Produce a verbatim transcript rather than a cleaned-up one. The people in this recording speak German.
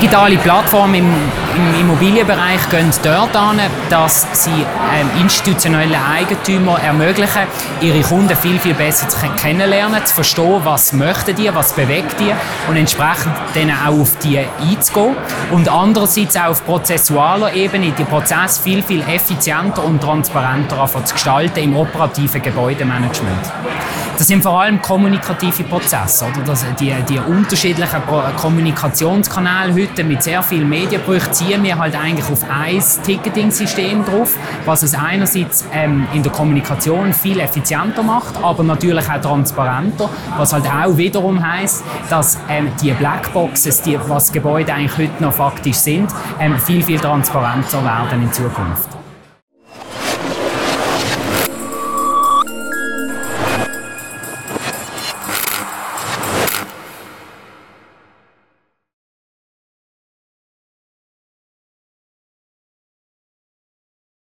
digitale Plattformen im, im Immobilienbereich gehen dort an, dass sie ähm, institutionellen Eigentümer ermöglichen, ihre Kunden viel, viel besser zu kennenlernen, zu verstehen, was möchten die, was bewegt die und entsprechend dann auch auf die einzugehen. Und andererseits auch auf prozessualer Ebene die Prozesse viel, viel effizienter und transparenter zu gestalten im operativen Gebäudemanagement. Das sind vor allem kommunikative Prozesse, oder? Das, die, die unterschiedlichen Kommunikationskanäle heute mit sehr vielen Medienbrüchen ziehen wir halt eigentlich auf ein Ticketing-System drauf, was es einerseits ähm, in der Kommunikation viel effizienter macht, aber natürlich auch transparenter, was halt auch wiederum heisst, dass ähm, die Blackboxes, die, was Gebäude eigentlich heute noch faktisch sind, ähm, viel, viel transparenter werden in Zukunft.